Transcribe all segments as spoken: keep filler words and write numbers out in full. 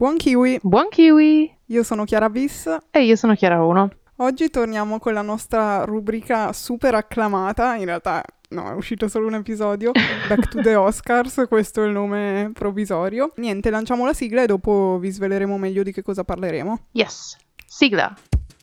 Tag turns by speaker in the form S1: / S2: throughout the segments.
S1: Buon kiwi!
S2: Buon kiwi!
S1: Io sono Chiara Bis
S2: E io sono Chiara Uno.
S1: Oggi torniamo con la nostra rubrica super acclamata, in realtà no, è uscito solo un episodio, Back to the Oscars, questo è il nome provvisorio. Niente, lanciamo la sigla e dopo vi sveleremo meglio di che cosa parleremo.
S2: Yes, sigla!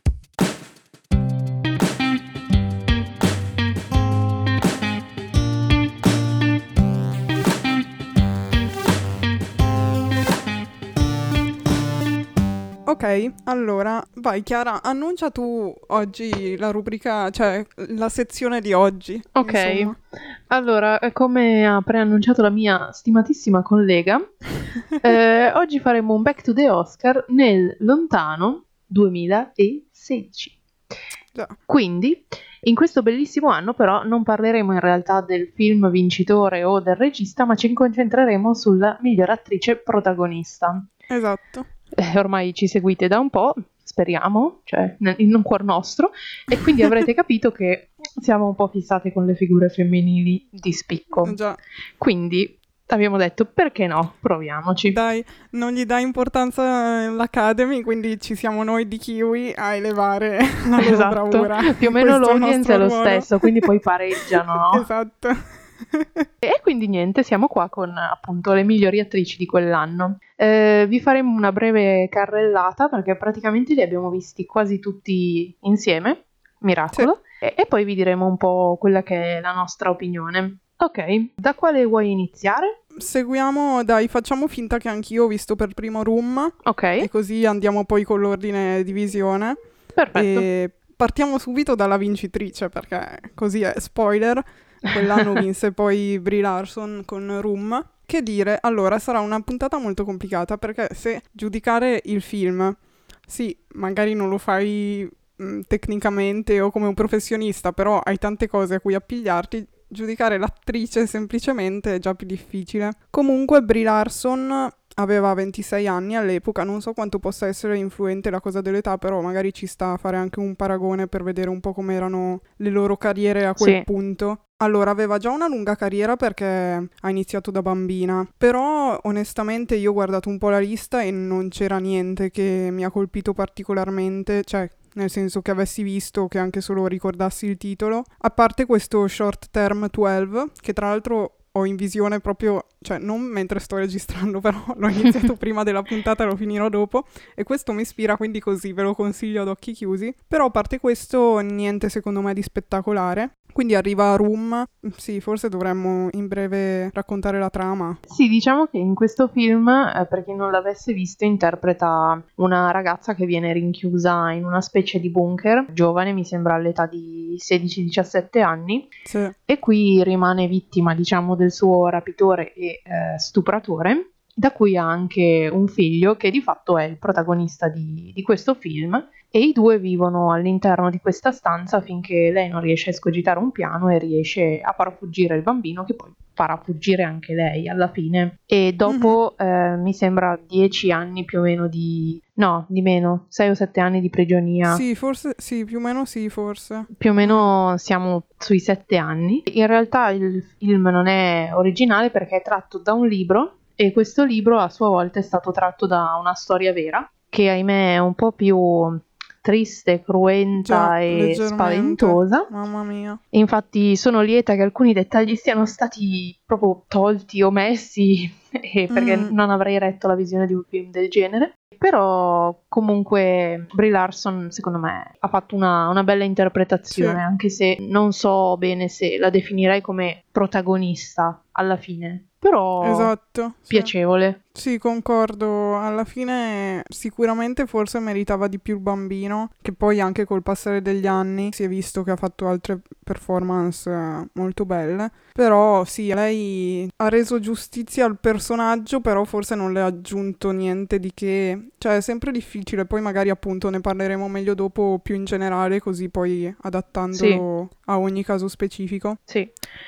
S1: Ok, allora, vai Chiara, annuncia tu oggi la rubrica, cioè la sezione di oggi.
S2: Ok,
S1: insomma.
S2: allora, come ha preannunciato la mia stimatissima collega, eh, oggi faremo un Back to the Oscar nel lontano duemilasedici.
S1: Già.
S2: Quindi, in questo bellissimo anno però non parleremo in realtà del film vincitore o del regista, ma ci concentreremo sulla miglior attrice protagonista.
S1: Esatto.
S2: Eh, ormai ci seguite da un po', speriamo, cioè nel- in un cuor nostro, e quindi avrete capito che siamo un po' fissate con le figure femminili di spicco.
S1: Già.
S2: Quindi abbiamo detto, perché no? Proviamoci.
S1: Dai, non gli dà importanza l'Academy, quindi ci siamo noi di Kiwi a elevare la loro
S2: Esatto,
S1: bravura.
S2: più o meno
S1: Questo il
S2: l'audience
S1: nostro
S2: è lo
S1: ruolo.
S2: stesso, quindi poi pareggiano, no?
S1: Esatto.
S2: E quindi niente, siamo qua con appunto le migliori attrici di quell'anno. Eh, vi faremo una breve carrellata perché praticamente li abbiamo visti quasi tutti insieme, miracolo, e, e poi vi diremo un po' quella che è la nostra opinione. Ok, da quale vuoi iniziare?
S1: Seguiamo, dai, facciamo finta che anch'io ho visto per primo Room
S2: Ok,
S1: e così andiamo poi con l'ordine di visione.
S2: perfetto.
S1: E partiamo subito dalla vincitrice perché così è spoiler. Quell'anno vinse poi Brie Larson con Room. Che dire, allora sarà una puntata molto complicata perché se giudicare il film, sì, magari non lo fai mh, tecnicamente o come un professionista, però hai tante cose a cui appigliarti, giudicare l'attrice semplicemente è già più difficile. Comunque Brie Larson aveva ventisei anni all'epoca, non so quanto possa essere influente la cosa dell'età, però magari ci sta a fare anche un paragone per vedere un po' come erano le loro carriere a quel
S2: Sì.
S1: punto. Allora, aveva già una lunga carriera perché ha iniziato da bambina, però onestamente io ho guardato un po' la lista e non c'era niente che mi ha colpito particolarmente, cioè nel senso che avessi visto, che anche solo ricordassi il titolo, a parte questo Short Term dodici, che tra l'altro ho in visione proprio, cioè non mentre sto registrando, però l'ho iniziato prima della puntata e lo finirò dopo, e questo mi ispira, quindi così ve lo consiglio ad occhi chiusi. Però a parte questo niente secondo me di spettacolare. Quindi arriva Room, sì, forse dovremmo in breve raccontare la trama.
S2: Sì, diciamo che in questo film, eh, per chi non l'avesse visto, interpreta una ragazza che viene rinchiusa in una specie di bunker, giovane, mi sembra all'età di sedici diciassette anni,
S1: Sì.
S2: e qui rimane vittima, diciamo, del suo rapitore e eh, stupratore, da cui ha anche un figlio che di fatto è il protagonista di, di questo film, e i due vivono all'interno di questa stanza finché lei non riesce a escogitare un piano e riesce a far fuggire il bambino, che poi farà fuggire anche lei alla fine. E dopo eh, mi sembra dieci anni più o meno di... no, di meno, sei o sette anni di prigionia.
S1: Sì, forse, sì, più o meno sì, forse.
S2: Più o meno siamo sui sette anni. In realtà il film non è originale perché è tratto da un libro, e questo libro a sua volta è stato tratto da una storia vera, che ahimè è un po' più triste, cruenta
S1: Già,
S2: e
S1: leggermente.
S2: spaventosa.
S1: Mamma mia.
S2: Infatti sono lieta che alcuni dettagli siano stati proprio tolti, omessi, e perché
S1: Mm.
S2: non avrei retto la visione di un film del genere. Però comunque Brie Larson secondo me ha fatto una, una bella interpretazione,
S1: Sì.
S2: anche se non so bene se la definirei come protagonista alla fine, però
S1: Esatto, sì.
S2: piacevole.
S1: Sì, concordo. Alla fine sicuramente forse meritava di più il bambino, che poi anche col passare degli anni si è visto che ha fatto altre performance eh, molto belle. Però sì, lei ha reso giustizia al personaggio, però forse non le ha aggiunto niente di che. Cioè è sempre difficile, poi magari appunto ne parleremo meglio dopo più in generale, così poi adattandolo a ogni caso specifico.
S2: Sì.
S1: Però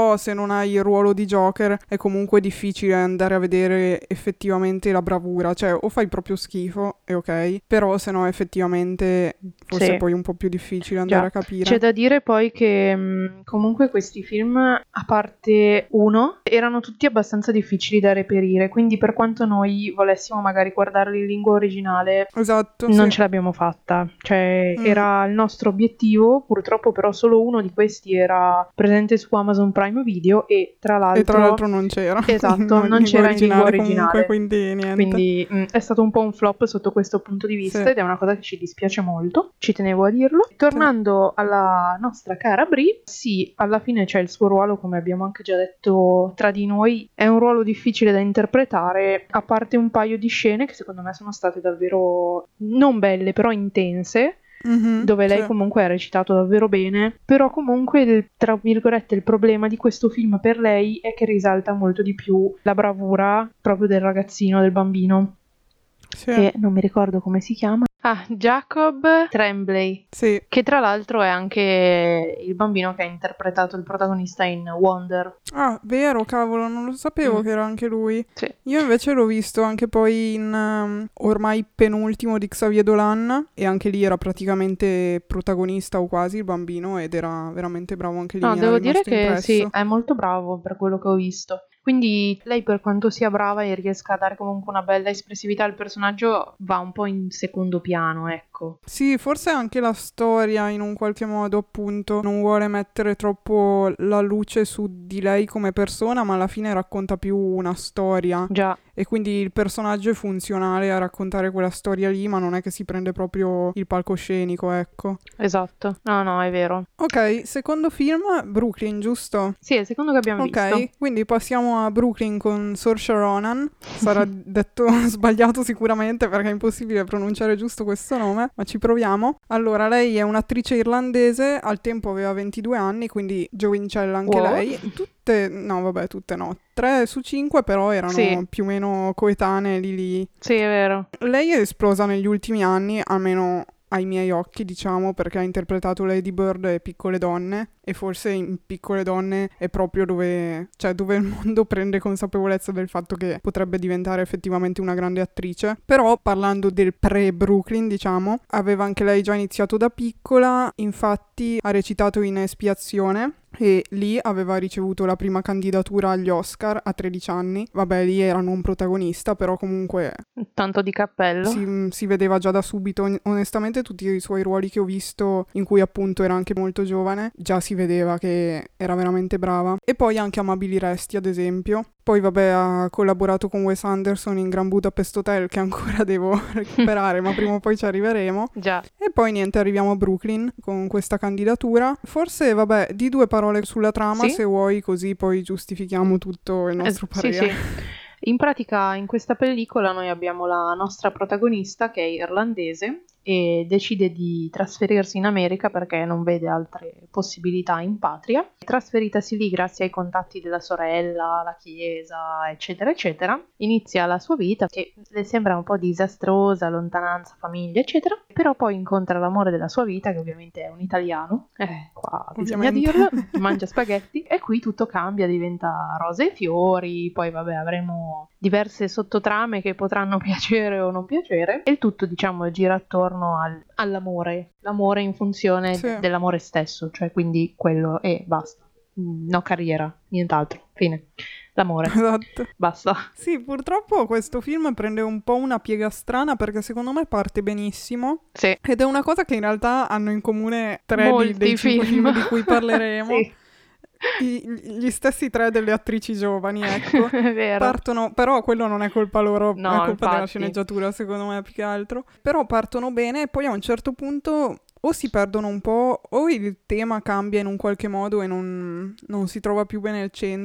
S1: so, se non hai il ruolo di Joker è comunque difficile andare a vedere effettivamente la bravura, cioè o fai proprio schifo, è ok, però se no effettivamente forse
S2: Sì.
S1: è poi un po' più difficile andare
S2: Già.
S1: a capire.
S2: C'è da dire poi che mh, comunque questi film, a parte uno, erano tutti abbastanza difficili da reperire, quindi per quanto noi volessimo magari guardarli in lingua originale,
S1: Esatto,
S2: non
S1: sì.
S2: ce l'abbiamo fatta. Cioè,
S1: Mm.
S2: era il nostro obiettivo, purtroppo però solo uno di questi era presente su Amazon Prime Video e tra l'altro...
S1: E tra l'altro non c'era.
S2: Esatto,
S1: in
S2: non
S1: lingua
S2: c'era in lingua
S1: originale comunque,
S2: originale.
S1: quindi niente.
S2: Quindi mh, è stato un po' un flop sotto questo punto di vista
S1: Sì.
S2: ed è una cosa che ci dispiace molto, ci tenevo a dirlo. Tornando alla nostra cara Brie, sì, alla fine c'è il suo ruolo, come abbiamo anche già detto tra di noi, è un ruolo difficile da interpretare, a parte un paio di scene che secondo me sono state davvero non belle, però intense,
S1: Mhm,
S2: dove lei
S1: sì.
S2: comunque ha recitato davvero bene, però comunque il, tra virgolette il problema di questo film per lei è che risalta molto di più la bravura proprio del ragazzino, del bambino,
S1: Sì.
S2: che non mi ricordo come si chiama. Ah, Jacob Tremblay,
S1: Sì.
S2: che tra l'altro è anche il bambino che ha interpretato il protagonista in Wonder.
S1: Ah, vero, cavolo, non lo sapevo
S2: Mm.
S1: che era anche lui.
S2: Sì.
S1: Io invece l'ho visto anche poi in um, ormai penultimo di Xavier Dolan e anche lì era praticamente protagonista o quasi il bambino ed era veramente bravo anche lì,
S2: No,
S1: mi era
S2: devo dire
S1: rimasto
S2: che
S1: impresso.
S2: sì, è molto bravo per quello che ho visto. Quindi lei, per quanto sia brava e riesca a dare comunque una bella espressività al personaggio, va un po' in secondo piano, ecco.
S1: Sì, forse anche la storia in un qualche modo appunto non vuole mettere troppo la luce su di lei come persona, ma alla fine racconta più una storia.
S2: Già,
S1: E quindi il personaggio è funzionale a raccontare quella storia lì, ma non è che si prende proprio il palcoscenico, ecco.
S2: esatto. No, no, è vero.
S1: Ok, secondo film, Brooklyn, giusto?
S2: Sì, è il secondo che abbiamo
S1: Ok,
S2: visto.
S1: quindi passiamo a Brooklyn con Saoirse Ronan. Sarà detto sbagliato sicuramente perché è impossibile pronunciare giusto questo nome, ma ci proviamo. Allora, lei è un'attrice irlandese, al tempo aveva ventidue anni, quindi giovincella anche
S2: Wow.
S1: lei. Tutte, no vabbè, tutte no. Tre su cinque però erano
S2: Sì.
S1: più o meno coetanee lì lì.
S2: Sì, è vero.
S1: Lei è esplosa negli ultimi anni, almeno ai miei occhi, diciamo, perché ha interpretato Lady Bird e Piccole Donne, e forse in Piccole Donne è proprio dove, cioè, dove il mondo prende consapevolezza del fatto che potrebbe diventare effettivamente una grande attrice. Però, parlando del pre-Brooklyn, diciamo, aveva anche lei già iniziato da piccola, infatti ha recitato in Espiazione, e lì aveva ricevuto la prima candidatura agli Oscar a tredici anni. Vabbè, lì era non protagonista, però comunque
S2: Tanto di cappello.
S1: si, si vedeva già da subito. Onestamente tutti i suoi ruoli che ho visto, in cui appunto era anche molto giovane, già si vedeva che era veramente brava. E poi anche Amabili Resti, ad esempio. Poi vabbè, ha collaborato con Wes Anderson in Grand Budapest Hotel, che ancora devo recuperare, ma prima o poi ci arriveremo.
S2: Già.
S1: E poi niente, arriviamo a Brooklyn con questa candidatura. Forse, vabbè, di due parole sulla trama,
S2: Sì?
S1: se vuoi, così poi giustifichiamo tutto il nostro
S2: Eh, sì,
S1: parere.
S2: sì. In pratica in questa pellicola noi abbiamo la nostra protagonista che è irlandese e decide di trasferirsi in America perché non vede altre possibilità in patria. Trasferitasi lì grazie ai contatti della sorella, la chiesa, eccetera, eccetera, inizia la sua vita che le sembra un po' disastrosa, lontananza, famiglia, eccetera, però poi incontra l'amore della sua vita, che ovviamente è un italiano, eh, qua bisogna
S1: Ovviamente.
S2: dirlo, mangia spaghetti, e qui tutto cambia, diventa rose e fiori, poi vabbè avremo diverse sottotrame che potranno piacere o non piacere, e il tutto diciamo gira attorno al, all'amore, l'amore in funzione
S1: Sì.
S2: dell'amore stesso, cioè quindi quello e basta, no carriera, nient'altro, fine, l'amore,
S1: Esatto.
S2: basta.
S1: Sì, purtroppo questo film prende un po' una piega strana perché secondo me parte benissimo.
S2: Sì.
S1: Ed è una cosa che in realtà hanno in comune tre di,
S2: Molti
S1: dei cinque
S2: film.
S1: film di cui parleremo.
S2: Sì.
S1: I- gli stessi tre delle attrici giovani, ecco.
S2: È vero.
S1: Partono, però quello non è colpa loro,
S2: No,
S1: è colpa della
S2: infatti.
S1: sceneggiatura, secondo me, più che altro. Però partono bene e poi a un certo punto o si perdono un po', o il tema cambia in un qualche modo e non, non si trova più bene al centro.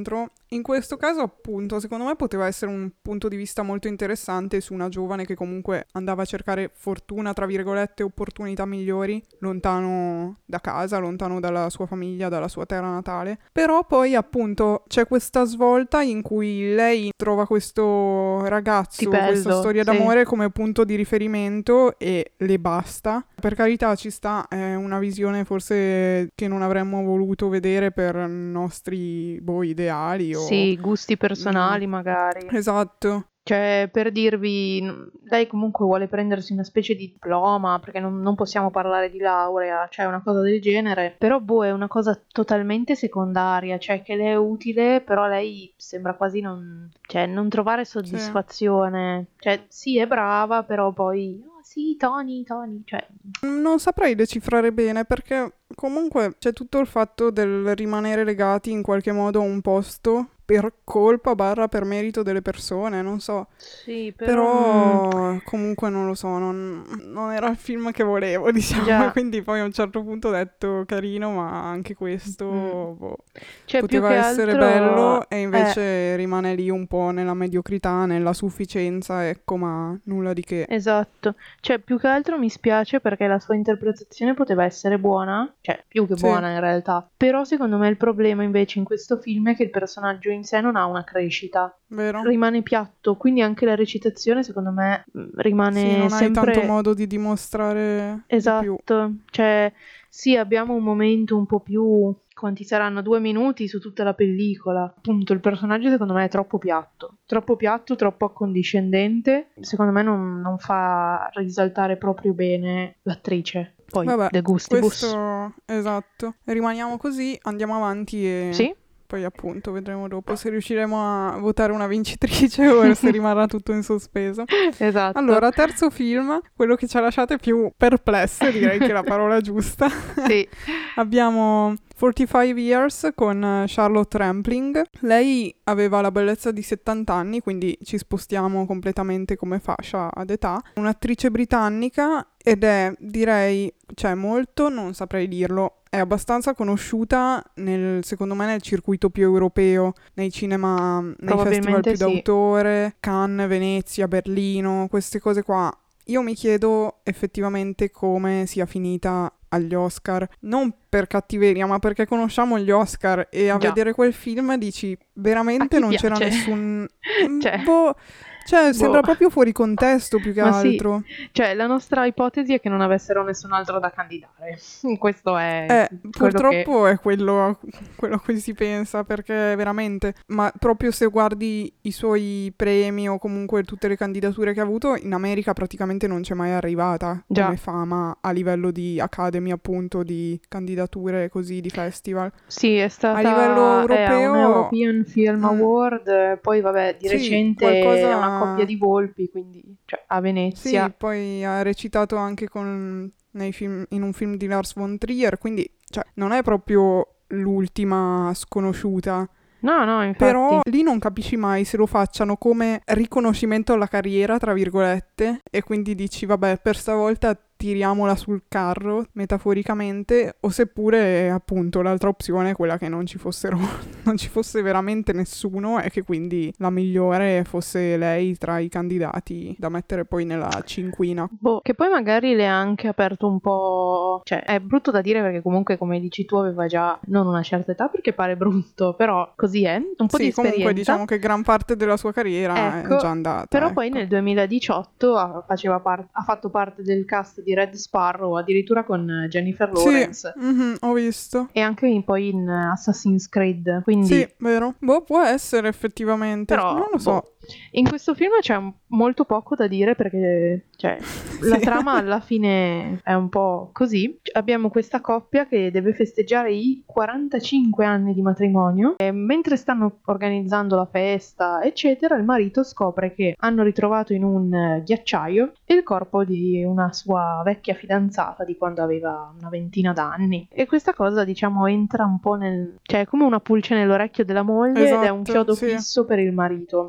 S1: In questo caso, appunto, secondo me poteva essere un punto di vista molto interessante su una giovane che comunque andava a cercare fortuna, tra virgolette, opportunità migliori, lontano da casa, lontano dalla sua famiglia, dalla sua terra natale. Però poi, appunto, c'è questa svolta in cui lei trova questo ragazzo,
S2: Tipeldo,
S1: questa storia
S2: sì.
S1: d'amore come punto di riferimento e le basta. Per carità, ci sta, è una visione forse che non avremmo voluto vedere per nostri boh, ideali o...
S2: Sì, gusti
S1: Mm,
S2: personali magari.
S1: esatto.
S2: Cioè, per dirvi, n- lei comunque vuole prendersi una specie di diploma, perché non, non possiamo parlare di laurea, cioè una cosa del genere, però boh, è una cosa totalmente secondaria, cioè che le è utile, però lei sembra quasi non, cioè, non trovare
S1: Sì.
S2: soddisfazione. Cioè, sì, è brava, però poi, oh sì, Tony, Tony, cioè,
S1: Non saprei decifrare bene perché comunque c'è tutto il fatto del rimanere legati in qualche modo a un posto per colpa barra per merito delle persone, non so.
S2: sì, però... mm,
S1: Però comunque non lo so, non, non era il film che volevo, diciamo, e
S2: già,
S1: quindi poi a un certo punto ho detto carino, ma anche questo
S2: mm.
S1: boh,
S2: Cioè, più
S1: poteva
S2: che
S1: essere
S2: altro...
S1: bello e
S2: Eh,
S1: invece rimane lì un po' nella mediocrità, nella sufficienza, ecco, ma nulla di che.
S2: esatto, cioè più che altro mi spiace perché la sua interpretazione poteva essere buona, cioè più che
S1: Sì,
S2: buona in realtà, però secondo me il problema invece in questo film è che il personaggio in sé non ha una crescita,
S1: vero?
S2: rimane piatto, quindi anche la recitazione secondo me mh,
S1: Sì,
S2: rimane
S1: non hai tanto
S2: sempre
S1: modo di dimostrare di più.
S2: esatto, cioè sì abbiamo un momento un po' più, quanti saranno due minuti su tutta la pellicola, appunto il personaggio secondo me è troppo piatto, troppo piatto, troppo accondiscendente, secondo me non, non fa risaltare proprio bene l'attrice, poi
S1: Vabbè,
S2: de gustibus.
S1: questo esatto. Rimaniamo così, andiamo avanti e
S2: Sì?
S1: poi appunto vedremo dopo se riusciremo a votare una vincitrice o se rimarrà tutto in sospeso.
S2: Esatto.
S1: Allora, terzo film, quello che ci ha lasciate più perplesse, direi che è la parola giusta.
S2: Sì,
S1: Abbiamo quarantacinque Years con eh, Charlotte Rampling. Lei aveva la bellezza di settanta anni, quindi ci spostiamo completamente come fascia ad età. Un'attrice britannica ed è, direi, cioè molto, non saprei dirlo, è abbastanza conosciuta nel, secondo me nel circuito più europeo, nei cinema, nei festival
S2: probabilmente
S1: più
S2: sì.
S1: d'autore, Cannes, Venezia, Berlino, queste cose qua. Io mi chiedo effettivamente come sia finita agli Oscar, non per cattiveria, ma perché conosciamo gli Oscar e a
S2: Già.
S1: vedere quel film dici
S2: A
S1: veramente
S2: chi
S1: non c'era
S2: piace?
S1: nessun... mm,
S2: Cioè,
S1: boh, cioè
S2: boh.
S1: sembra proprio fuori contesto più che
S2: Ma sì,
S1: altro.
S2: cioè la nostra ipotesi è che non avessero nessun altro da candidare. Questo è
S1: Eh,
S2: quello che...
S1: purtroppo è quello, quello a cui si pensa, perché veramente, ma proprio se guardi i suoi premi o comunque tutte le candidature che ha avuto, in America praticamente non c'è mai arrivata
S2: Già,
S1: come fama a livello di Academy, appunto, di candidature così, di festival.
S2: sì, è
S1: A livello
S2: stata... è a un
S1: europeo,
S2: European Film
S1: mm,
S2: Award, eh, poi vabbè, di
S1: sì,
S2: recente è una coppia
S1: qualcosa...
S2: di volpi, quindi cioè, a
S1: Sì,
S2: Venezia.
S1: poi ha recitato anche con, nei film, in un film di Lars von Trier, quindi cioè, non è proprio l'ultima sconosciuta.
S2: No, no,
S1: Però
S2: infatti.
S1: lì non capisci mai se lo facciano come riconoscimento alla carriera, tra virgolette, e quindi dici, vabbè, per stavolta tiriamola sul carro, metaforicamente, o seppure, appunto, l'altra opzione è quella che non ci fossero, non ci fosse veramente nessuno e che quindi la migliore fosse lei tra i candidati da mettere poi nella cinquina.
S2: Boh, che poi magari le ha anche aperto un po'... Cioè, è brutto da dire perché comunque, come dici tu, aveva già non una certa età perché pare brutto, però così è, un po' di
S1: Sì, comunque
S2: esperienza.
S1: diciamo che gran parte della sua carriera è già
S2: Ecco,
S1: andata,
S2: però poi
S1: ecco.
S2: nel duemiladiciotto ha, faceva par- ha fatto parte del cast di Red Sparrow, addirittura con eh, Jennifer
S1: Sì,
S2: Lawrence
S1: mhm, ho visto.
S2: e anche in- poi in eh, Assassin's Creed,
S1: Sì,
S2: quindi
S1: vero. Boh, può essere effettivamente, non
S2: però,
S1: lo so.
S2: boh, in questo film c'è un- molto poco da dire perché, cioè, la
S1: Sì.
S2: trama alla fine è un po' così. Abbiamo questa coppia che deve festeggiare i quarantacinque anni di matrimonio e mentre stanno organizzando la festa, eccetera, il marito scopre che hanno ritrovato in un eh, ghiacciaio il corpo di una sua vecchia fidanzata di quando aveva una ventina d'anni. E questa cosa, diciamo, entra un po' nel... cioè è come una pulce nell'orecchio della moglie ed è un
S1: Esatto,
S2: chiodo
S1: sì.
S2: fisso per il marito. Poi abbiamo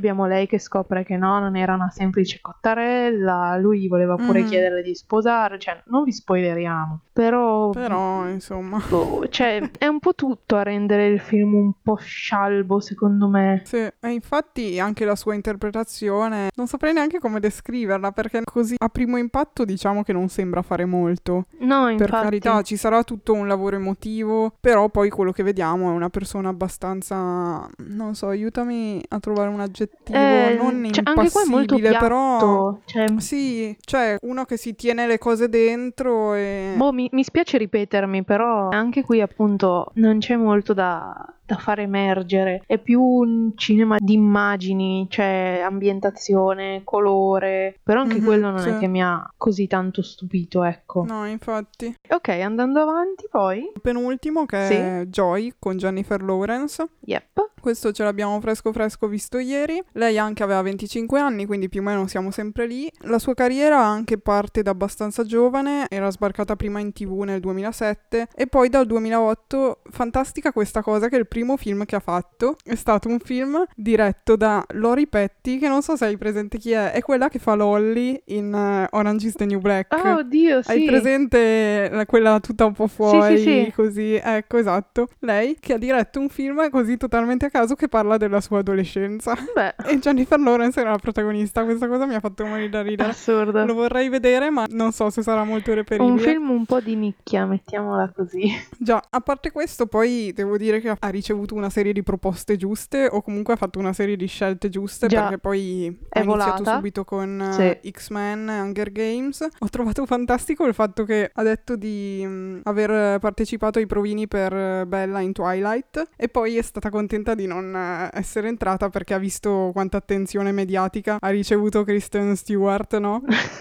S2: abbiamo lei che scopre che no, non era una semplice cottarella, lui gli voleva pure
S1: Mhm.
S2: chiederle di sposare, cioè non vi spoileriamo, però,
S1: Però, insomma,
S2: boh, cioè è un po' tutto a rendere il film un po' scialbo secondo me.
S1: sì, e infatti anche la sua interpretazione non saprei neanche come descriverla, perché così a primo impatto diciamo che non sembra fare molto.
S2: No,
S1: Per
S2: infatti.
S1: carità, ci sarà tutto un lavoro emotivo, però poi quello che vediamo è una persona abbastanza, non so, aiutami a trovare un aggettivo,
S2: Eh,
S1: non
S2: cioè, anche qua è molto
S1: impassibile, però
S2: piatto, cioè,
S1: sì, cioè uno che si tiene le cose dentro e...
S2: boh, mi, mi spiace ripetermi, però anche qui appunto non c'è molto da, da far emergere, è più un cinema di immagini, cioè ambientazione, colore, però anche
S1: Mhm,
S2: quello non
S1: sì.
S2: è che mi ha così tanto stupito, ecco.
S1: No, infatti.
S2: Ok, andando avanti poi,
S1: Penultimo che
S2: sì,
S1: è Joy con Jennifer Lawrence.
S2: yep,
S1: Questo ce l'abbiamo fresco fresco visto ieri. Lei anche aveva venticinque anni, quindi più o meno siamo sempre lì. La sua carriera anche parte da abbastanza giovane, era sbarcata prima in tivù nel duemilasette e poi dal duemilaotto, fantastica questa cosa che il primo film che ha fatto è stato un film diretto da Lori Petty, che non so se hai presente chi è, è quella che fa Lolly in uh, Orange is the New Black.
S2: oh oddio,
S1: Hai
S2: sì,
S1: presente la- quella tutta un po'
S2: sì,
S1: fuori,
S2: sì, sì,
S1: così? Ecco, esatto. Lei che ha diretto un film così totalmente a caso che parla della sua adolescenza.
S2: beh,
S1: E Jennifer Lawrence era la protagonista. Questa cosa mi ha fatto morire da ridere.
S2: assurdo.
S1: Lo vorrei vedere, ma non so se sarà molto
S2: Un
S1: reperibile.
S2: film un po' di nicchia, mettiamola così.
S1: Già, a parte questo, poi devo dire che ha ricevuto una serie di proposte giuste o comunque ha fatto una serie di scelte giuste
S2: Già,
S1: perché poi
S2: è
S1: ha iniziato
S2: volata.
S1: subito con
S2: Sì.
S1: eh, X-Men, Hunger Games. Ho trovato fantastico il fatto che ha detto di mh, aver partecipato ai provini per eh, Bella in Twilight e poi è stata contenta di non eh, essere entrata perché ha visto quanta attenzione mediatica ha ricevuto Kristen Stewart, no?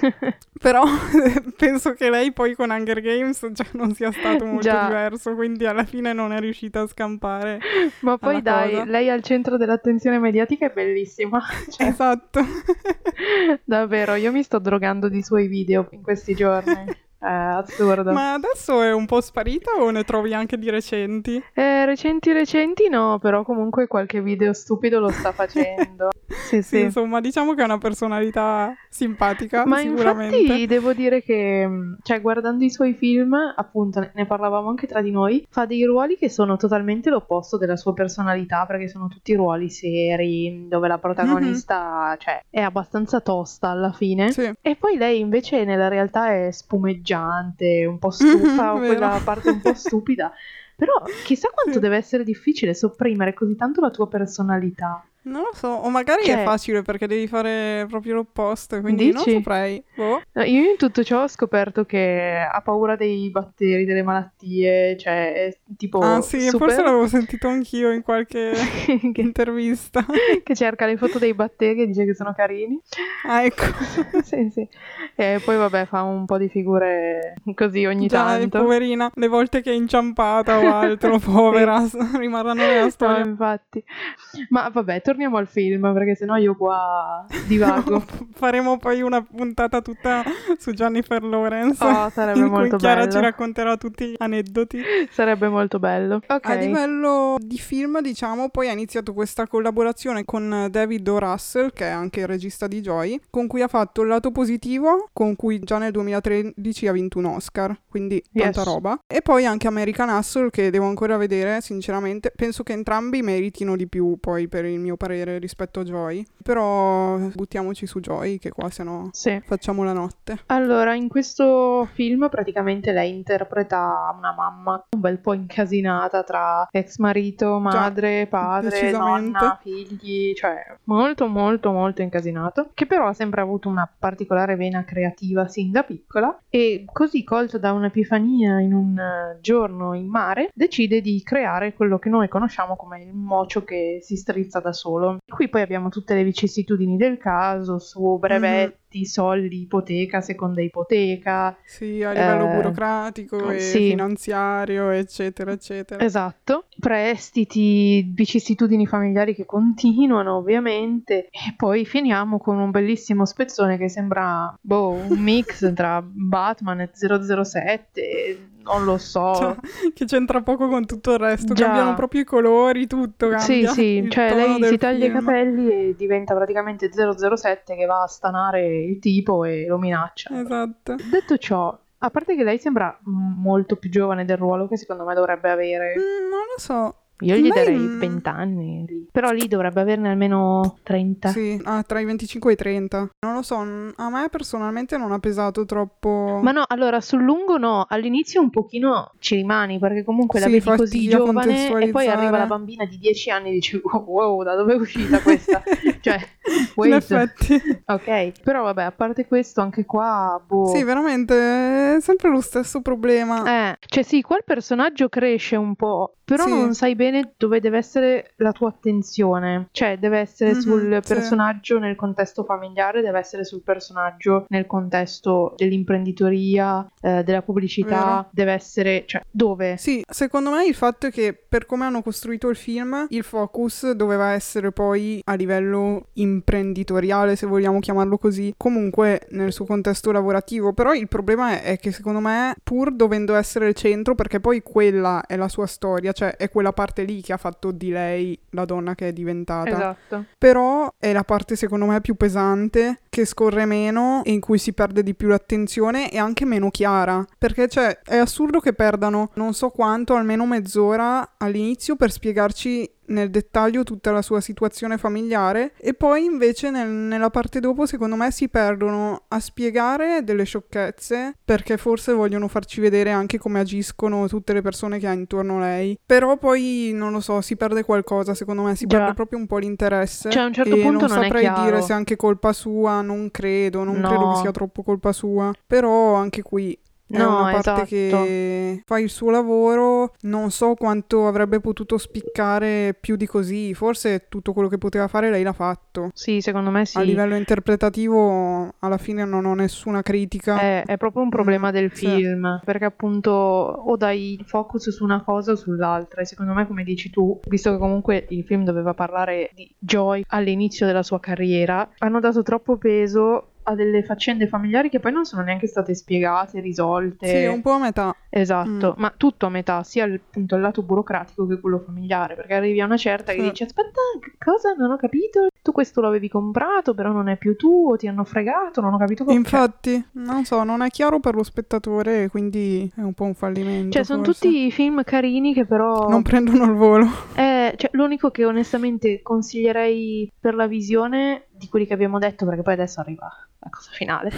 S1: Però penso che lei poi con Hunger Games già non sia stato molto
S2: Già.
S1: diverso, quindi alla fine non è riuscita a scampare
S2: Ma poi
S1: alla
S2: dai,
S1: cosa.
S2: lei al centro dell'attenzione mediatica è bellissima. Cioè,
S1: Esatto.
S2: davvero, io mi sto drogando di suoi video in questi giorni. È assurdo.
S1: Ma adesso è un po' sparita o ne trovi anche di recenti?
S2: Eh, recenti recenti no, però comunque qualche video stupido lo sta facendo. Sì,
S1: Sì,
S2: sì.
S1: insomma, diciamo che è una personalità simpatica,
S2: Ma
S1: sicuramente.
S2: infatti devo dire che, mh, cioè, guardando i suoi film, appunto, ne- ne parlavamo anche tra di noi, fa dei ruoli che sono totalmente l'opposto della sua personalità, perché sono tutti ruoli seri, dove la protagonista, cioè, è abbastanza tosta alla fine.
S1: Sì.
S2: E poi lei invece nella realtà è spumeggiante, un po' stufa,
S1: Mhm,
S2: quella
S1: vero.
S2: parte un po' stupida. Però chissà quanto
S1: Sì.
S2: deve essere difficile sopprimere così tanto la tua personalità.
S1: Non lo so, o magari
S2: Cioè-
S1: è facile perché devi fare proprio l'opposto, quindi non
S2: Dici?
S1: saprei. Boh.
S2: No, io in tutto ciò ho scoperto che ha paura dei batteri, delle malattie, cioè è tipo
S1: Ah sì,
S2: super...
S1: forse l'avevo sentito anch'io in qualche
S2: che,
S1: intervista.
S2: che cerca le foto dei batteri e dice che sono carini.
S1: Ah, ecco.
S2: Sì, sì. E poi vabbè fa un po' di figure così ogni
S1: Già, è
S2: tanto.
S1: poverina, le volte che è inciampata o altro, povera, rimarranno nella
S2: No,
S1: storia.
S2: infatti. Ma vabbè, torniamo al film perché sennò io qua divago.
S1: Faremo poi una puntata tutta su Jennifer Lawrence,
S2: Oh, sarebbe
S1: in cui
S2: molto
S1: Chiara
S2: bello.
S1: ci racconterà tutti gli aneddoti.
S2: Sarebbe molto bello. Ok.
S1: A livello di film, diciamo, poi ha iniziato questa collaborazizione con David O. Russell, che è anche il regista di Joy, con cui ha fatto Il lato positivo, con cui già nel duemilatredici ha vinto un Oscar, quindi tanta
S2: Yes.
S1: roba. E poi anche American Hustle, che devo ancora vedere, sinceramente. Penso che entrambi meritino di più, poi, per il mio parere, rispetto a Joy. Però buttiamoci su Joy, che qua sennò
S2: Sì.
S1: facciamo la notte.
S2: Allora, in questo film praticamente lei interpreta una mamma un bel po' incasinata tra ex marito, madre, padre,
S1: decisamente.
S2: nonna, figli, cioè molto molto molto incasinato, che però ha sempre avuto una particolare vena creativa sin da piccola e così colto da un'epifania in un eh, giorno in mare decide di creare quello che noi conosciamo come il mocio che si strizza da solo. Qui poi abbiamo tutte le vicissitudini del caso su brevetti, soldi, ipoteca, seconda ipoteca.
S1: Sì, a livello
S2: eh,
S1: burocratico e
S2: sì.
S1: finanziario, eccetera, eccetera.
S2: Esatto, prestiti, vicissitudini familiari che continuano ovviamente e poi finiamo con un bellissimo spezzone che sembra boh, un mix tra Batman e zero zero sette, non lo so.
S1: Cioè, che c'entra poco con tutto il resto,
S2: Già.
S1: cambiano proprio i colori, tutto cambia.
S2: Sì, sì,
S1: il
S2: cioè
S1: tono
S2: lei
S1: del
S2: si taglia i
S1: film.
S2: capelli e diventa praticamente zero zero sette che va a stanare il tipo e lo minaccia.
S1: Esatto.
S2: Detto ciò, a parte che lei sembra mm, molto più giovane del ruolo che secondo me dovrebbe avere.
S1: Mm, non lo so.
S2: Io gli
S1: Lei,
S2: darei
S1: mm,
S2: venti anni lì. Però lì dovrebbe averne almeno trenta.
S1: Sì, ah, tra i venticinque e i trenta. Non lo so, mm, a me personalmente non ha pesato troppo.
S2: Ma no, allora sul lungo no, all'inizio un pochino ci rimani perché comunque la
S1: Sì,
S2: vedi così
S1: fastidio a
S2: giovane e poi arriva la
S1: contestualizzare.
S2: bambina di dieci anni e dici wow, wow, da dove è uscita questa? Cioè,
S1: In
S2: wait.
S1: effetti.
S2: Ok, però vabbè, a parte questo anche qua, boh.
S1: Sì, veramente è sempre lo stesso problema.
S2: Eh, cioè sì, qua il personaggio cresce un po', però
S1: Sì.
S2: non sai bene dove deve essere la tua attenzione. Cioè, deve essere
S1: Mhm,
S2: sul
S1: sì.
S2: personaggio nel contesto familiare, deve essere sul personaggio nel contesto dell'imprenditoria, eh, della pubblicità,
S1: Vero.
S2: deve essere, cioè, dove?
S1: Sì, secondo me il fatto è che per come hanno costruito il film, il focus doveva essere poi a livello imprenditoriale, se vogliamo chiamarlo così, comunque nel suo contesto lavorativo. Però il problema è, è che secondo me, pur dovendo essere il centro, perché poi quella è la sua storia, cioè è quella parte lì che ha fatto di lei la donna che è diventata.
S2: Esatto.
S1: Però è la parte secondo me più pesante, che scorre meno e in cui si perde di più l'attenzione e anche meno chiara. Perché cioè è assurdo che perdano non so quanto, almeno mezz'ora all'inizio per spiegarci nel dettaglio tutta la sua situazione familiare e poi invece nel- nella parte dopo secondo me si perdono a spiegare delle sciocchezze perché forse vogliono farci vedere anche come agiscono tutte le persone che ha intorno a lei, però poi non lo so, si perde qualcosa, secondo me si
S2: Già.
S1: perde proprio un po' l'interesse.
S2: Cioè, a un certo
S1: e
S2: punto
S1: non
S2: non è
S1: saprei
S2: chiaro.
S1: dire se è anche colpa sua, non credo, non
S2: No.
S1: credo che sia troppo colpa sua, però anche qui è
S2: No,
S1: una parte
S2: esatto.
S1: che fa il suo lavoro, non so quanto avrebbe potuto spiccare più di così, forse tutto quello che poteva fare lei l'ha fatto.
S2: Sì, secondo me sì.
S1: A livello interpretativo alla fine non ho nessuna critica.
S2: È, è proprio un problema
S1: Mm,
S2: del
S1: sì.
S2: film, perché appunto o dai il focus su una cosa o sull'altra, e secondo me, come dici tu, visto che comunque il film doveva parlare di Joy all'inizio della sua carriera, hanno dato troppo peso a delle faccende familiari che poi non sono neanche state spiegate, risolte.
S1: Sì, un po' a metà.
S2: Esatto,
S1: Mm.
S2: ma tutto a metà, sia il, appunto il lato burocratico che quello familiare, perché arrivi a una certa che
S1: Sì.
S2: dici aspetta, che cosa? Non ho capito, tu questo lo avevi comprato, però non è più tuo, o ti hanno fregato, non ho capito cosa.
S1: Infatti, non so, non è chiaro per lo spettatore, quindi è un po' un fallimento.
S2: Cioè, sono
S1: forse.
S2: tutti film carini che però...
S1: Non prendono il volo.
S2: Eh, cioè, l'unico che onestamente consiglierei per la visione di quelli che abbiamo detto, perché poi adesso arriva la cosa finale,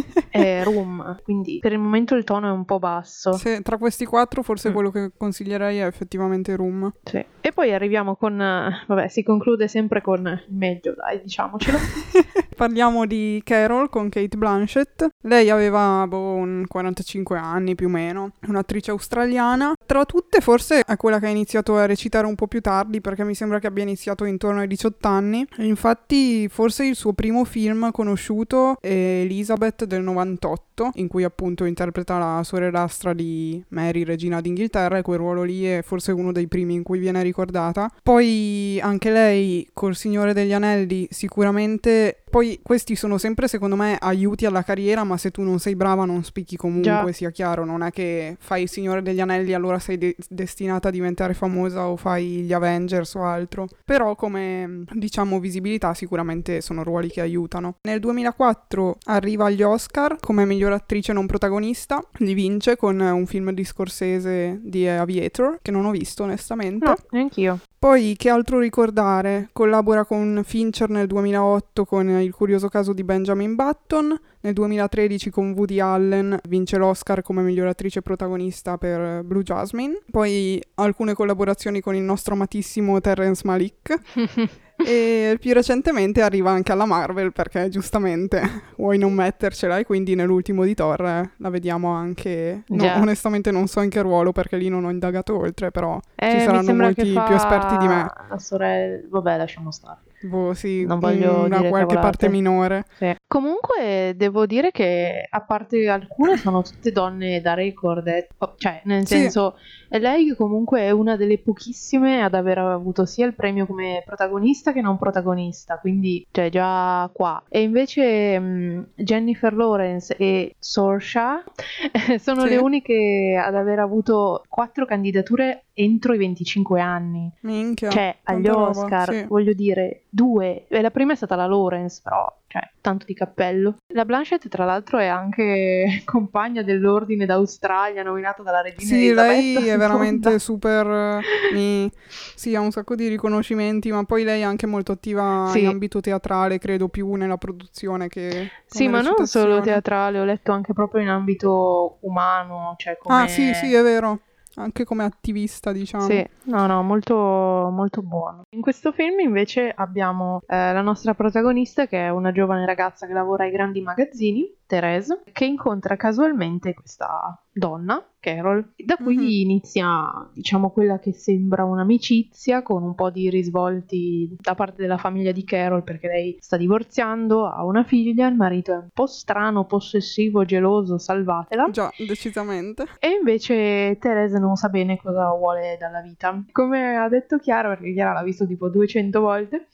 S2: è Room. Quindi per il momento il tono è un po' basso.
S1: Se, tra questi quattro forse
S2: Mm.
S1: quello che consiglierei è effettivamente Room.
S2: Sì. E poi arriviamo con... eh, vabbè, si conclude sempre con il meglio, dai, diciamocelo.
S1: Parliamo di Carol con Kate Blanchett. Lei aveva boh, un quarantacinque anni più o meno, un'attrice australiana. Tra tutte forse è quella che ha iniziato a recitare un po' più tardi, perché mi sembra che abbia iniziato intorno ai diciotto anni. E infatti forse il suo primo film conosciuto è Elizabeth del novantotto, in cui appunto interpreta la sorellastra di Mary, regina d'Inghilterra, e quel ruolo lì è forse uno dei primi in cui viene ricordata. Poi anche lei col Signore degli Anelli sicuramente... Poi questi sono sempre secondo me aiuti alla carriera, ma se tu non sei brava non spicchi comunque,
S2: Già.
S1: sia chiaro, non è che fai il Signore degli Anelli e allora sei de- destinata a diventare famosa o fai gli Avengers o altro. Però come diciamo visibilità sicuramente sono ruoli che aiutano. Nel duemilaquattro arriva agli Oscar come miglior attrice non protagonista, li vince con un film di Scorsese di Aviator, che non ho visto onestamente.
S2: No, neanch'io.
S1: Poi, che altro ricordare? Collabora con Fincher nel duemilaotto con Il curioso caso di Benjamin Button, nel duemilatredici con Woody Allen vince l'Oscar come miglior attrice protagonista per Blue Jasmine. Poi alcune collaborazioni con il nostro amatissimo Terrence Malick. E più recentemente arriva anche alla Marvel, perché giustamente vuoi non mettercela, e quindi nell'ultimo di Thor eh, la vediamo anche, no,
S2: Già.
S1: onestamente non so in che ruolo perché lì non ho indagato oltre, però
S2: Eh,
S1: ci
S2: mi
S1: saranno
S2: sembra
S1: molti
S2: che fa
S1: più esperti di me.
S2: la sorella... Vabbè, lasciamo stare.
S1: boh, sì,
S2: Non voglio
S1: una
S2: dire
S1: qualche
S2: cavolate.
S1: parte minore.
S2: Sì. Comunque devo dire che a parte alcune sono tutte donne da record, eh. Oh, cioè nel
S1: Sì.
S2: senso è lei che comunque è una delle pochissime ad aver avuto sia il premio come protagonista che non protagonista, quindi cioè già qua. E invece mh, Jennifer Lawrence e Saoirse sono
S1: Sì.
S2: le uniche ad aver avuto quattro candidature entro i venticinque anni.
S1: Minchia,
S2: Cioè, agli
S1: tanta roba,
S2: Oscar,
S1: sì.
S2: voglio dire, due. E la prima è stata la Lawrence, però, cioè, tanto di cappello. La Blanchett, tra l'altro, è anche compagna dell'Ordine d'Australia, nominata dalla regina
S1: Sì,
S2: Elisabetta
S1: lei è veramente
S2: seconda.
S1: super... eh, Mi... Sì, ha un sacco di riconoscimenti, ma poi lei è anche molto attiva in
S2: Sì,
S1: ambito teatrale, credo più nella produzione che
S2: sì,
S1: come
S2: ma non solo
S1: recitazione.
S2: teatrale, ho letto anche proprio in ambito umano, cioè
S1: Ah, sì, sì,
S2: come...
S1: è vero. Anche come attivista, diciamo.
S2: Sì, no, no, molto, molto buono. In questo film invece abbiamo eh, la nostra protagonista che è una giovane ragazza che lavora ai grandi magazzini, Therese, che incontra casualmente questa donna, Carol, da
S1: Mhm.
S2: cui inizia, diciamo, quella che sembra un'amicizia con un po' di risvolti da parte della famiglia di Carol perché lei sta divorziando, ha una figlia, il marito è un po' strano, possessivo, geloso, salvatela.
S1: Già, decisamente.
S2: E invece Therese non sa bene cosa vuole dalla vita. Come ha detto Chiara, perché Chiara l'ha visto tipo duecento volte,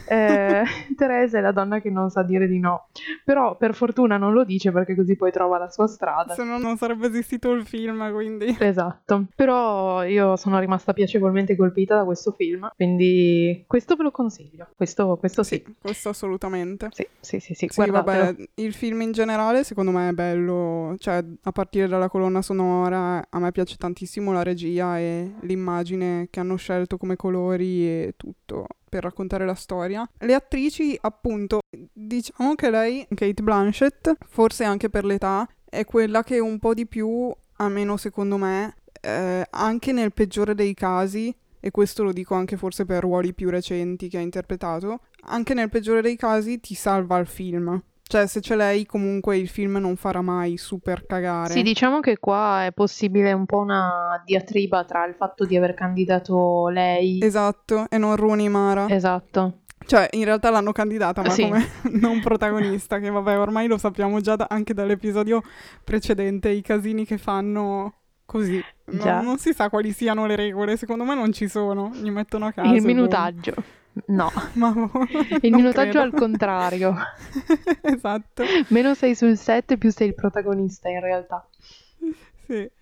S2: eh, Therese è la donna che non sa dire di no. Però per fortuna non lo dice perché così poi trova la sua strada.
S1: Se no non sarebbe esistito il film, quindi...
S2: Esatto, però io sono rimasta piacevolmente colpita da questo film, quindi questo ve lo consiglio, questo, questo
S1: Sì,
S2: sì.
S1: questo assolutamente.
S2: Sì, sì, sì, sì,
S1: Sì,
S2: guardatelo.
S1: vabbè, il film in generale secondo me è bello, cioè a partire dalla colonna sonora a me piace tantissimo la regia e l'immagine che hanno scelto come colori e tutto per raccontare la storia. Le attrici, appunto, diciamo che lei, Kate Blanchett, forse anche per l'età, è quella che un po' di più, almeno secondo me, eh, anche nel peggiore dei casi, e questo lo dico anche forse per ruoli più recenti che ha interpretato, anche nel peggiore dei casi ti salva il film. Cioè, se c'è lei, comunque il film non farà mai super cagare.
S2: Sì, diciamo che qua è possibile un po' una diatriba tra il fatto di aver candidato lei.
S1: Esatto, e non Rooney Mara.
S2: Esatto.
S1: Cioè, in realtà l'hanno candidata, ma
S2: Sì.
S1: come non protagonista, che vabbè, ormai lo sappiamo già da- anche dall'episodio precedente, i casini che fanno così. Non,
S2: Già.
S1: non si sa quali siano le regole, secondo me non ci sono, gli mettono a caso.
S2: Il
S1: boh.
S2: minutaggio. No.
S1: Ma boh,
S2: Il
S1: non
S2: minutaggio
S1: credo.
S2: al contrario.
S1: Esatto.
S2: Meno sei sul set, più sei il protagonista in realtà.
S1: Sì.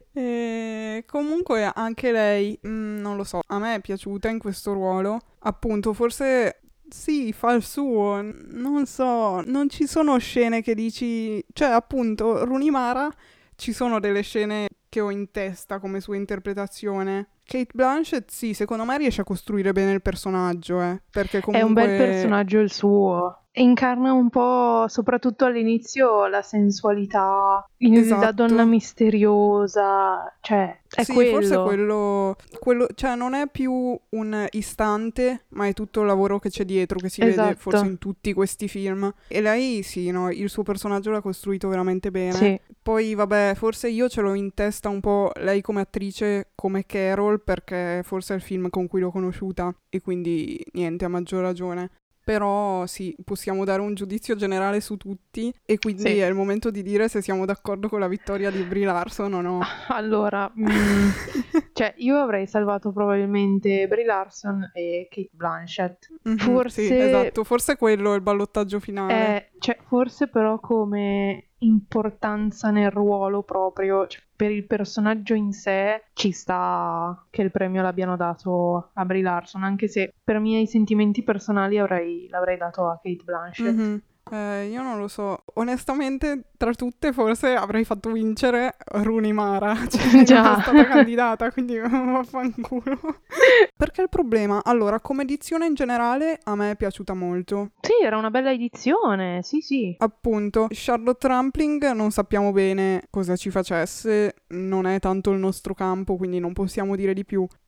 S1: E comunque anche lei, mm, non lo so, a me è piaciuta in questo ruolo. Appunto, forse sì, fa il suo, n- non so, non ci sono scene che dici... Cioè, appunto, Rooney Mara, ci sono delle scene che ho in testa come sua interpretazione. Kate Blanchett, sì, secondo me riesce a costruire bene il personaggio, eh, perché
S2: È un bel
S1: comunque...
S2: personaggio il suo. Incarna un po', soprattutto all'inizio, la sensualità, il- la donna
S1: Esatto.
S2: misteriosa, cioè è
S1: Sì, forse
S2: quello.
S1: quello, quello, cioè non è più un istante, ma è tutto il lavoro che c'è dietro, che si vede forse
S2: Esatto.
S1: in tutti questi film. E lei, sì, no, il suo personaggio l'ha costruito veramente bene.
S2: Sì.
S1: Poi, vabbè, forse io ce l'ho in testa un po' lei come attrice, come Carol, perché forse è il film con cui l'ho conosciuta e quindi niente, a maggior ragione. Però sì, possiamo dare un giudizio generale su tutti e quindi
S2: Sì.
S1: è il momento di dire se siamo d'accordo con la vittoria di Brie Larson o no.
S2: Allora, mm, cioè io avrei salvato probabilmente Brie Larson e Kate Blanchett.
S1: Mhm, sì,
S2: Forse
S1: esatto, forse quello è il ballottaggio finale.
S2: è, cioè, forse però come importanza nel ruolo proprio, cioè, per il personaggio in sé ci sta che il premio l'abbiano dato a Brie Larson, anche se per miei sentimenti personali avrei, l'avrei dato a Kate Blanchett.
S1: Mhm. Eh, io non lo so, onestamente tra tutte forse avrei fatto vincere Rooney Mara, cioè non
S2: Già.
S1: è stata candidata, quindi vaffanculo. Perché il problema, allora, come edizione in generale a me è piaciuta molto.
S2: Sì, era una bella edizione, sì sì.
S1: Appunto, Charlotte Rampling non sappiamo bene cosa ci facesse, non è tanto il nostro campo, quindi non possiamo dire di più.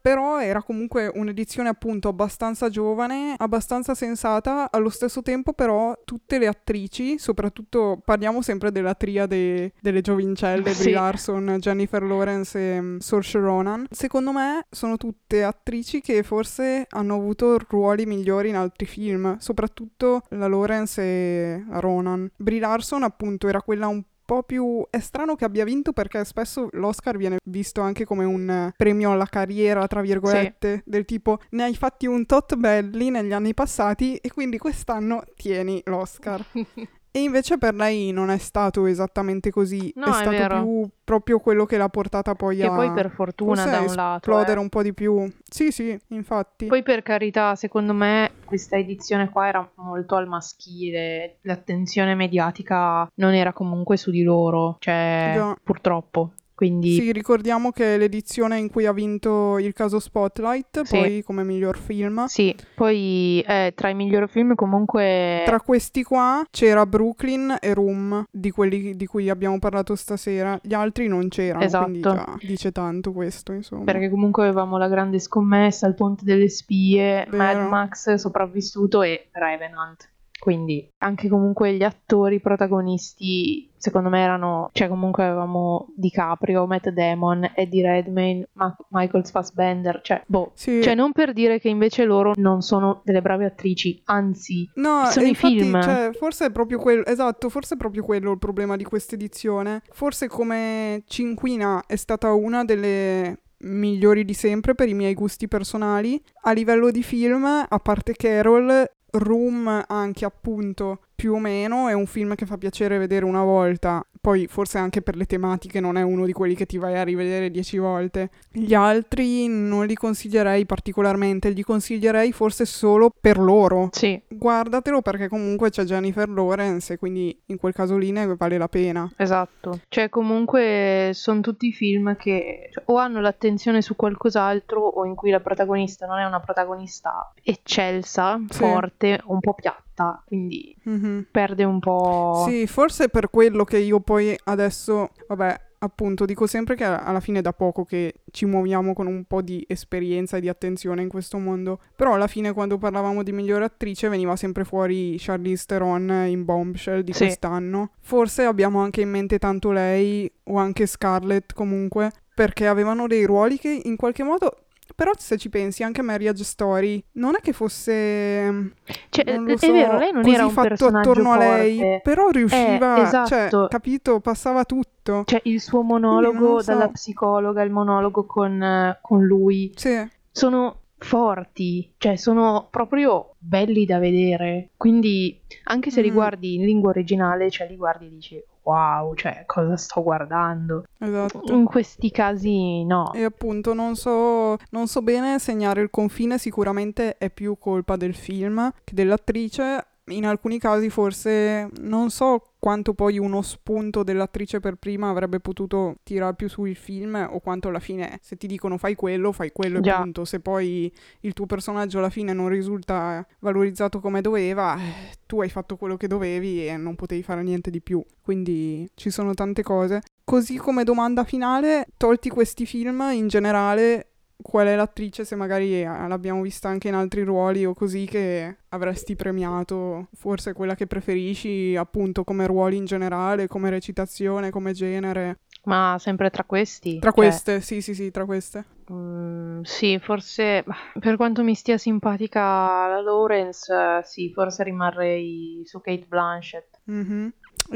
S1: però era comunque un'edizione appunto abbastanza giovane, abbastanza sensata, allo stesso tempo però tutte le attrici, soprattutto parliamo sempre della triade delle giovincelle,
S2: Sì.
S1: Brie Larson, Jennifer Lawrence e um, Saoirse Ronan, secondo me sono tutte attrici che forse hanno avuto ruoli migliori in altri film, soprattutto la Lawrence e la Ronan. Brie Larson appunto era quella un po' più... È strano che abbia vinto perché spesso l'Oscar viene visto anche come un eh, premio alla carriera, tra virgolette, del tipo ne hai fatti un tot belli negli anni passati e quindi quest'anno tieni l'Oscar. E invece per lei non è stato esattamente così,
S2: No,
S1: è
S2: è
S1: stato
S2: vero.
S1: più proprio quello che l'ha portata poi
S2: Che
S1: a...
S2: poi per fortuna
S1: forse
S2: da
S1: a
S2: un lato,
S1: esplodere
S2: eh.
S1: un po' di più. Sì, sì, infatti.
S2: Poi per carità, secondo me questa edizione qua era molto al maschile, l'attenzione mediatica non era comunque su di loro, cioè
S1: Già.
S2: purtroppo. Quindi
S1: Sì, ricordiamo che è l'edizione in cui ha vinto Il caso Spotlight,
S2: sì,
S1: poi come miglior film.
S2: sì. Poi eh, tra i migliori film comunque
S1: Tra questi qua c'era Brooklyn e Room, di quelli di cui abbiamo parlato stasera. Gli altri non c'erano, quindi
S2: esatto,
S1: già dice tanto questo, insomma.
S2: perché comunque avevamo La grande scommessa, Il ponte delle spie, Mad
S1: Vero.
S2: Max, Sopravvissuto e Revenant. Quindi anche comunque gli attori protagonisti secondo me erano, cioè comunque avevamo DiCaprio, Matt Damon, Eddie Redmayne, Ma- Michael Fassbender, cioè boh,
S1: Sì.
S2: cioè non per dire che invece loro non sono delle brave attrici, anzi
S1: No,
S2: sono
S1: e
S2: i
S1: infatti,
S2: film.
S1: cioè, forse è proprio quello, esatto, forse è proprio quello il problema di questa edizione. Forse come cinquina è stata una delle migliori di sempre per i miei gusti personali. A livello di film, a parte Carol, Room anche appunto più o meno, è un film che fa piacere vedere una volta, poi forse anche per le tematiche non è uno di quelli che ti vai a rivedere dieci volte. Gli altri non li consiglierei particolarmente, li consiglierei forse solo per loro.
S2: Sì,
S1: Guardatelo perché comunque c'è Jennifer Lawrence e quindi in quel caso lì ne vale la pena.
S2: esatto. Cioè comunque sono tutti film che cioè, o hanno l'attenzione su qualcos'altro o in cui la protagonista non è una protagonista eccelsa,
S1: Sì.
S2: forte, un po' piatta, quindi
S1: Mhm.
S2: perde un po'.
S1: Sì, forse è per quello che io poi adesso, vabbè, appunto, dico sempre che alla fine è da poco che ci muoviamo con un po' di esperienza e di attenzione in questo mondo. Però alla fine quando parlavamo di migliore attrice veniva sempre fuori Charlize Theron in Bombshell di
S2: Sì.
S1: quest'anno. Forse abbiamo anche in mente tanto lei o anche Scarlett comunque, perché avevano dei ruoli che in qualche modo... Però se ci pensi, anche Marriage Story non è che fosse,
S2: Cioè,
S1: non lo
S2: è
S1: so,
S2: vero, lei non
S1: così
S2: era un
S1: fatto
S2: personaggio
S1: attorno a lei,
S2: forte.
S1: però
S2: Eh,
S1: riusciva, cioè,
S2: esatto.
S1: capito, passava tutto.
S2: Cioè, il suo
S1: Quindi non
S2: monologo
S1: lo so.
S2: dalla psicologa, il monologo con, eh, con lui,
S1: Sì,
S2: sono forti, cioè sono proprio belli da vedere. Quindi, anche se li
S1: mhm,
S2: guardi in lingua originale, cioè li guardi e dici wow, cioè cosa sto guardando?
S1: esatto.
S2: In questi casi no.
S1: E appunto non so, non so bene segnare il confine, sicuramente è più colpa del film che dell'attrice. In alcuni casi forse non so quanto poi uno spunto dell'attrice per prima avrebbe potuto tirar più su il film o quanto alla fine se ti dicono fai quello, fai quello e
S2: Già.
S1: punto. Se poi il tuo personaggio alla fine non risulta valorizzato come doveva, eh, tu hai fatto quello che dovevi e non potevi fare niente di più. Quindi ci sono tante cose. Così come domanda finale, tolti questi film in generale, qual è l'attrice, se magari eh, l'abbiamo vista anche in altri ruoli o così, che avresti premiato? Forse quella che preferisci, appunto, come ruoli in generale, come recitazione, come genere.
S2: Ma sempre tra questi?
S1: Tra
S2: Cioè,
S1: queste, sì, sì, sì, tra queste.
S2: mm, sì, forse per quanto mi stia simpatica la Lawrence, eh, sì, forse rimarrei su Kate Blanchett.
S1: Mhm.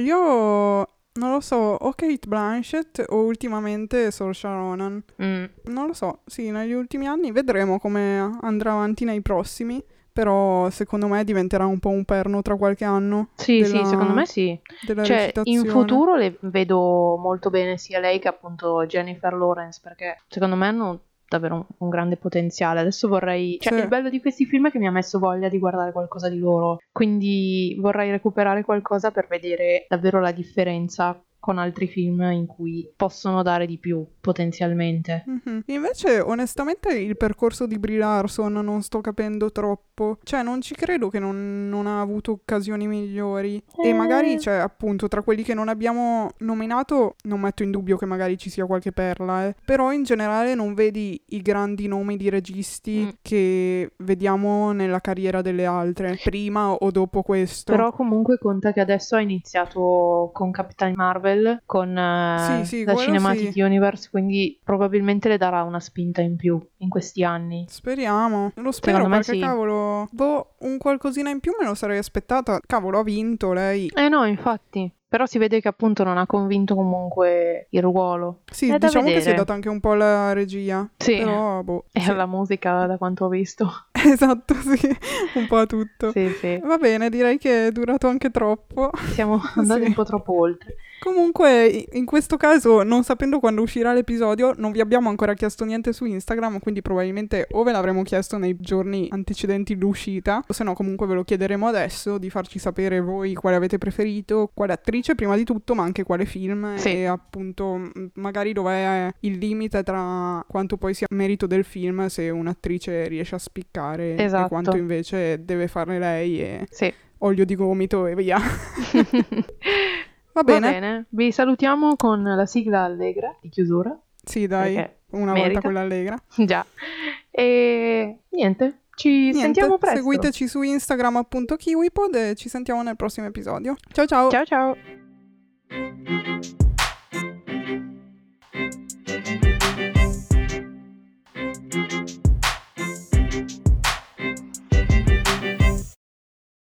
S1: Io non lo so, o Kate Blanchett o ultimamente Saoirse Ronan.
S2: Mm,
S1: Non lo so, sì, negli ultimi anni vedremo come andrà avanti nei prossimi, però secondo me diventerà un po' un perno tra qualche anno
S2: Sì, sì, secondo
S1: della,
S2: me sì.
S1: della
S2: Cioè, in
S1: recitazione.
S2: futuro le vedo molto bene sia lei che appunto Jennifer Lawrence, perché secondo me hanno davvero un, un grande potenziale. Adesso vorrei... Cioè,
S1: Sì.
S2: il bello di questi film è che mi ha messo voglia di guardare qualcosa di loro, quindi vorrei recuperare qualcosa per vedere davvero la differenza con altri film in cui possono dare di più potenzialmente.
S1: Mm-hmm. Invece onestamente il percorso di Brie Larson non sto capendo troppo, cioè non ci credo che non, non ha avuto occasioni migliori
S2: eh...
S1: e magari, cioè appunto tra quelli che non abbiamo nominato non metto in dubbio che magari ci sia qualche perla, eh. Però in generale non vedi i grandi nomi di registi mm. che vediamo nella carriera delle altre, prima o dopo questo.
S2: Però comunque conta che adesso ha iniziato con Capitan Marvel, con uh,
S1: sì, sì,
S2: la Cinematic
S1: sì.
S2: Universe, quindi probabilmente le darà una spinta in più in questi anni.
S1: Speriamo, lo spero. Secondo perché me sì. Cavolo, boh, un qualcosina in più me lo sarei aspettata. Cavolo, ha vinto lei.
S2: Eh no, infatti. Però si vede che appunto non ha convinto comunque il ruolo.
S1: Sì,
S2: è
S1: diciamo
S2: da
S1: che si è data anche un po' alla regia.
S2: Sì,
S1: però boh.
S2: E
S1: sì.
S2: alla musica, da quanto ho visto.
S1: Esatto, sì, un po' a tutto.
S2: Sì, sì.
S1: Va bene, direi che è durato anche troppo.
S2: Siamo andati sì. un po' troppo oltre.
S1: Comunque, in questo caso, non sapendo quando uscirà l'episodio, non vi abbiamo ancora chiesto niente su Instagram, quindi probabilmente o ve l'avremo chiesto nei giorni antecedenti l'uscita, o se no comunque ve lo chiederemo adesso, di farci sapere voi quale avete preferito, quale attrice prima di tutto, ma anche quale film,
S2: sì.
S1: e appunto magari dov'è il limite tra quanto poi sia merito del film, se un'attrice riesce a spiccare
S2: esatto.
S1: e quanto invece deve fare lei e
S2: sì.
S1: olio di gomito e via. Va bene.
S2: Va bene, vi salutiamo con la sigla allegra di chiusura.
S1: Sì, dai, una
S2: merita.
S1: volta quella allegra.
S2: Già. E niente, ci
S1: niente,
S2: sentiamo presto.
S1: Seguiteci su Instagram appunto KiwiPod e ci sentiamo nel prossimo episodio. Ciao ciao.
S2: Ciao ciao.